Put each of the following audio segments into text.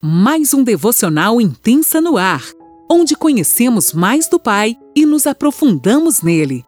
Mais um devocional Intensa no Ar, onde conhecemos mais do Pai e nos aprofundamos nele.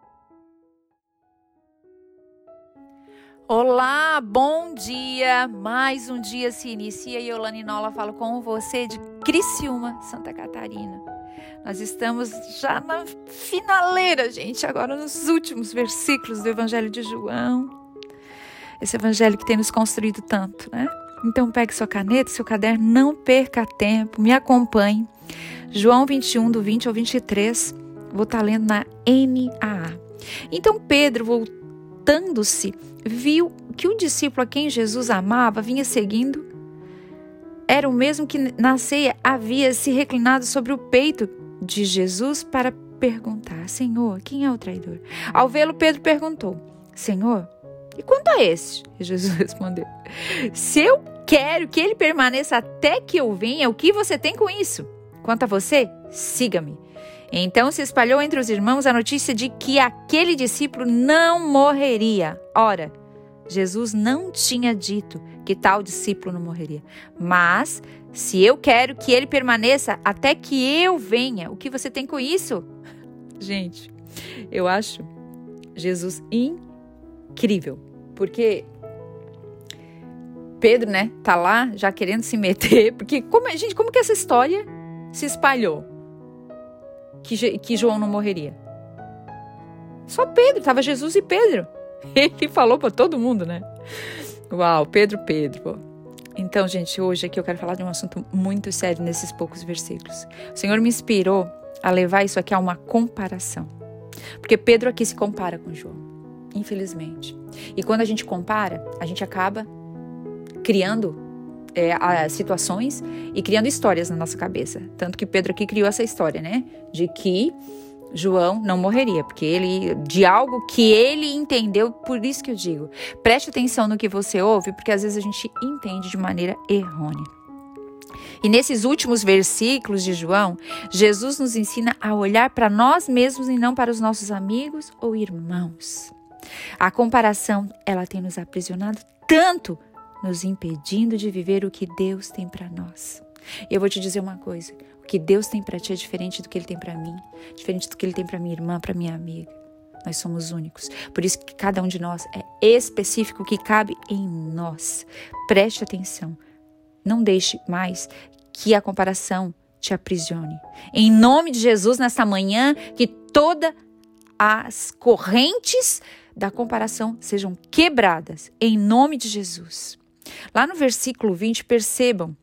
Olá, bom dia! Mais um dia se inicia e eu, Lani Nola, falo com você de Criciúma, Santa Catarina. Nós estamos já na finaleira, gente, agora nos últimos versículos do Evangelho de João. Esse Evangelho que tem nos construído tanto, né? Então pegue sua caneta, seu caderno, não perca tempo, me acompanhe. João 21, do 20 ao 23, vou estar lendo na NAA. Então Pedro, voltando-se, viu que o discípulo a quem Jesus amava vinha seguindo. Era o mesmo que na ceia havia se reclinado sobre o peito de Jesus para perguntar: Senhor, quem é o traidor? Ao vê-lo, Pedro perguntou: Senhor, e quanto a este? E Jesus respondeu: se eu quero que ele permaneça até que eu venha, o que você tem com isso? Quanto a você, siga-me. Então se espalhou entre os irmãos a notícia de que aquele discípulo não morreria. Ora, Jesus não tinha dito que tal discípulo não morreria. Mas, se eu quero que ele permaneça até que eu venha, o que você tem com isso? Gente, eu acho Jesus incrível, porque Pedro, né, tá lá já querendo se meter, porque como que essa história se espalhou? Que João não morreria. Só Pedro, tava Jesus e Pedro. Ele falou para todo mundo, né? Uau, Pedro. Pô. Então, gente, hoje aqui eu quero falar de um assunto muito sério nesses poucos versículos. O Senhor me inspirou a levar isso aqui a uma comparação. Porque Pedro aqui se compara com João, infelizmente. E quando a gente compara, a gente acaba criando situações e criando histórias na nossa cabeça. Tanto que Pedro aqui criou essa história, né? De que João não morreria, de algo que ele entendeu. Por isso que eu digo, preste atenção no que você ouve, porque às vezes a gente entende de maneira errônea. E nesses últimos versículos de João, Jesus nos ensina a olhar para nós mesmos e não para os nossos amigos ou irmãos. A comparação, ela tem nos aprisionado tanto, nos impedindo de viver o que Deus tem para nós. E eu vou te dizer uma coisa: o que Deus tem para ti é diferente do que Ele tem para mim, diferente do que Ele tem para minha irmã, para minha amiga. Nós somos únicos. Por isso que cada um de nós é específico, o que cabe em nós. Preste atenção. Não deixe mais que a comparação te aprisione. Em nome de Jesus, nesta manhã, que todas as correntes da comparação sejam quebradas. Em nome de Jesus. Lá no versículo 20, percebam.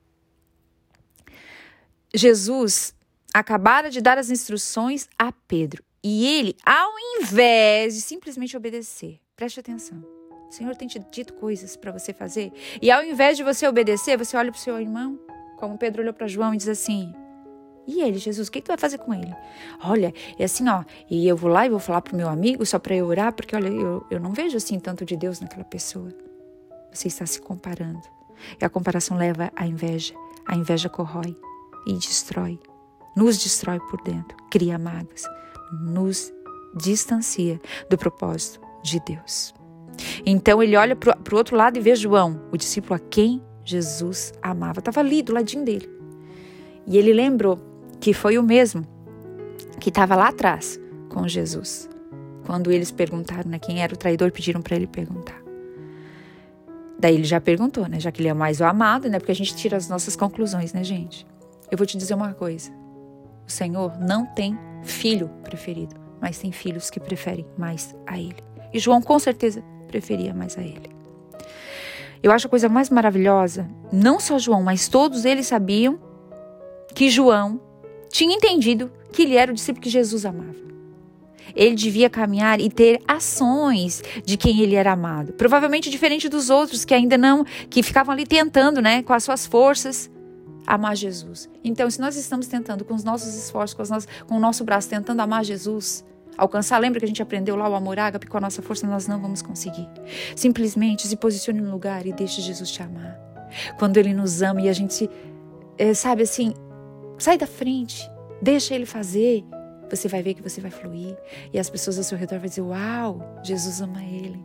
Jesus acabara de dar as instruções a Pedro. E ele, ao invés de simplesmente obedecer, preste atenção. O Senhor tem te dito coisas para você fazer. E ao invés de você obedecer, você olha para o seu irmão, como Pedro olhou para João e diz assim: e ele, Jesus, o que tu vai fazer com ele? Olha, é assim, ó, e eu vou lá e vou falar pro meu amigo só para eu orar, porque olha, eu não vejo assim tanto de Deus naquela pessoa. Você está se comparando. E a comparação leva à inveja. A inveja corrói e destrói. Nos destrói por dentro. Cria mágoas. Nos distancia do propósito de Deus. Então ele olha para o outro lado e vê João, o discípulo a quem Jesus amava. Estava ali do ladinho dele. E ele lembrou que foi o mesmo que estava lá atrás com Jesus. Quando eles perguntaram, né, quem era o traidor, pediram para ele perguntar. Daí ele já perguntou, né? Já que ele é mais o amado, né? Porque a gente tira as nossas conclusões, né, gente? Eu vou te dizer uma coisa. O Senhor não tem filho preferido, mas tem filhos que preferem mais a Ele. E João, com certeza, preferia mais a Ele. Eu acho a coisa mais maravilhosa, não só João, mas todos eles sabiam que João tinha entendido que ele era o discípulo que Jesus amava. Ele devia caminhar e ter ações de quem ele era amado. Provavelmente diferente dos outros que ainda não, que ficavam ali tentando, né, com as suas forças, amar Jesus. Então, se nós estamos tentando com os nossos esforços, com o nosso braço, tentando amar Jesus, alcançar, lembra que a gente aprendeu lá o amor ágape, com a nossa força nós não vamos conseguir. Simplesmente se posicione no lugar e deixe Jesus te amar. Quando Ele nos ama e a gente, sabe assim, sai da frente, deixa Ele fazer, você vai ver que você vai fluir. E as pessoas ao seu redor vão dizer: uau, Jesus ama ele.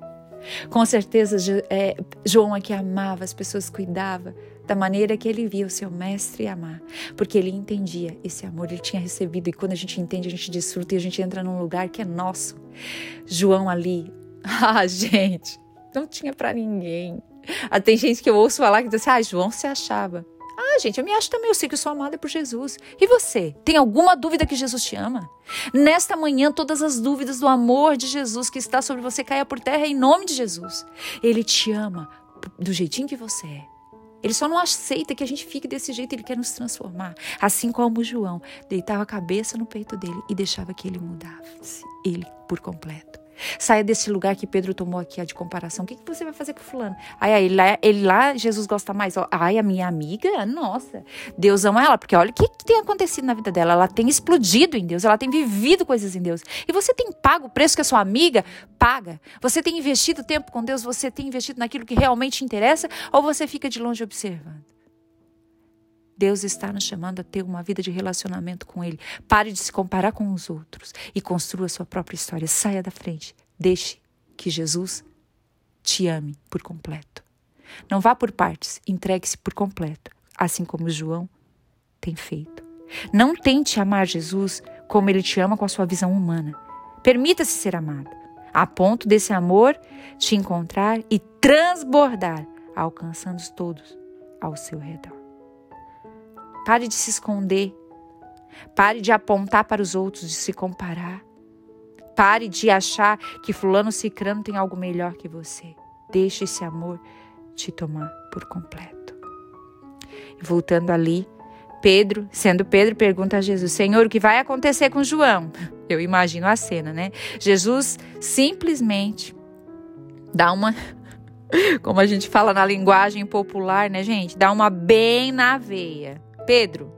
Com certeza, João aqui amava as pessoas, cuidava da maneira que ele via o seu mestre amar, porque ele entendia esse amor, ele tinha recebido, e quando a gente entende, a gente desfruta e a gente entra num lugar que é nosso. João ali, gente, não tinha pra ninguém. Tem gente que eu ouço falar que diz assim, João se achava. Gente, eu me acho também, eu sei que eu sou amada por Jesus. E você? Tem alguma dúvida que Jesus te ama? Nesta manhã, todas as dúvidas do amor de Jesus que está sobre você caia por terra em nome de Jesus. Ele te ama do jeitinho que você é. Ele só não aceita que a gente fique desse jeito, ele quer nos transformar. Assim como João deitava a cabeça no peito dele e deixava que ele mudasse ele por completo. Saia desse lugar que Pedro tomou aqui, de comparação. O que você vai fazer com fulano? Ele lá, Jesus gosta mais. A minha amiga, nossa, Deus ama ela. Porque olha o que tem acontecido na vida dela. Ela tem explodido em Deus, ela tem vivido coisas em Deus. E você tem pago o preço que a sua amiga paga? Você tem investido tempo com Deus? Você tem investido naquilo que realmente interessa? Ou você fica de longe observando? Deus está nos chamando a ter uma vida de relacionamento com Ele. Pare de se comparar com os outros e construa a sua própria história. Saia da frente. Deixe que Jesus te ame por completo. Não vá por partes. Entregue-se por completo, assim como João tem feito. Não tente amar Jesus como Ele te ama com a sua visão humana. Permita-se ser amado, a ponto desse amor te encontrar e transbordar, alcançando todos ao seu redor. Pare de se esconder. Pare de apontar para os outros, de se comparar. Pare de achar que fulano cicrano tem algo melhor que você. Deixe esse amor te tomar por completo. E voltando ali, Pedro, pergunta a Jesus, Senhor, o que vai acontecer com João? Eu imagino a cena, né? Jesus simplesmente dá uma, como a gente fala na linguagem popular, né, gente? Dá uma bem na veia. Pedro,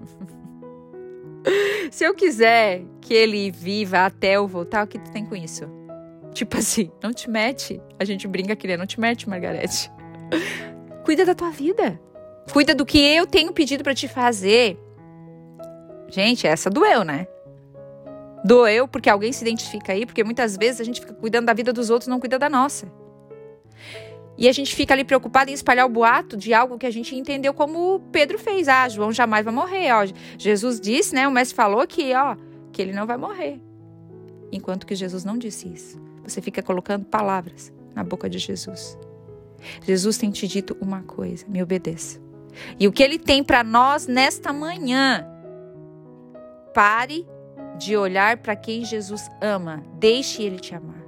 se eu quiser que ele viva até eu voltar, o que tu tem com isso? Tipo assim, não te mete. A gente brinca aqui, né? Não te mete, Margarete. Cuida da tua vida. Cuida do que eu tenho pedido pra te fazer. Gente, essa doeu, né? Doeu porque alguém se identifica aí, porque muitas vezes a gente fica cuidando da vida dos outros, não cuida da nossa. E a gente fica ali preocupado em espalhar o boato de algo que a gente entendeu como Pedro fez. João jamais vai morrer. Jesus disse, né? O mestre falou que ele não vai morrer. Enquanto que Jesus não disse isso. Você fica colocando palavras na boca de Jesus. Jesus tem te dito uma coisa, me obedeça. E o que ele tem para nós nesta manhã? Pare de olhar para quem Jesus ama. Deixe ele te amar.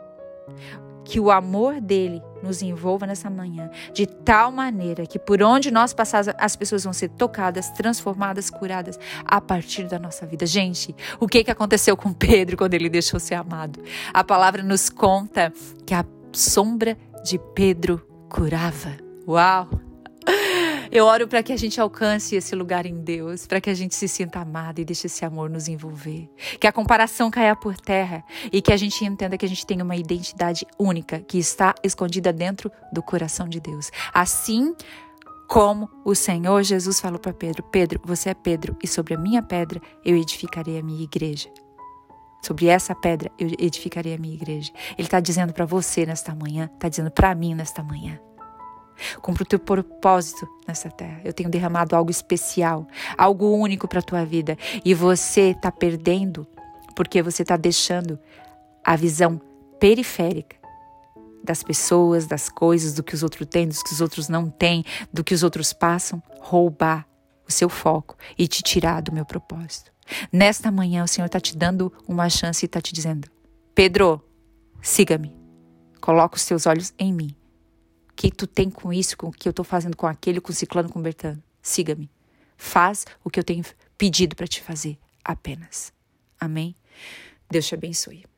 Que o amor dele nos envolva nessa manhã, de tal maneira que por onde nós passarmos, as pessoas vão ser tocadas, transformadas, curadas a partir da nossa vida. Gente, o que aconteceu com Pedro quando ele deixou ser amado? A palavra nos conta que a sombra de Pedro curava. Uau! Eu oro para que a gente alcance esse lugar em Deus, para que a gente se sinta amado e deixe esse amor nos envolver. Que a comparação caia por terra e que a gente entenda que a gente tem uma identidade única que está escondida dentro do coração de Deus. Assim como o Senhor Jesus falou para Pedro, Pedro, você é Pedro e sobre a minha pedra eu edificarei a minha igreja. Sobre essa pedra eu edificarei a minha igreja. Ele está dizendo para você nesta manhã, está dizendo para mim nesta manhã. Cumpra o teu propósito nessa terra. Eu tenho derramado algo especial, algo único para a tua vida. E você está perdendo porque você está deixando a visão periférica das pessoas, das coisas, do que os outros têm, do que os outros não têm, do que os outros passam, roubar o seu foco e te tirar do meu propósito. Nesta manhã o Senhor está te dando uma chance e está te dizendo, Pedro, siga-me. Coloca os teus olhos em mim. O que tu tem com isso, com o que eu estou fazendo com aquele, com o ciclano, com o Bertano? Siga-me. Faz o que eu tenho pedido para te fazer apenas. Amém? Deus te abençoe.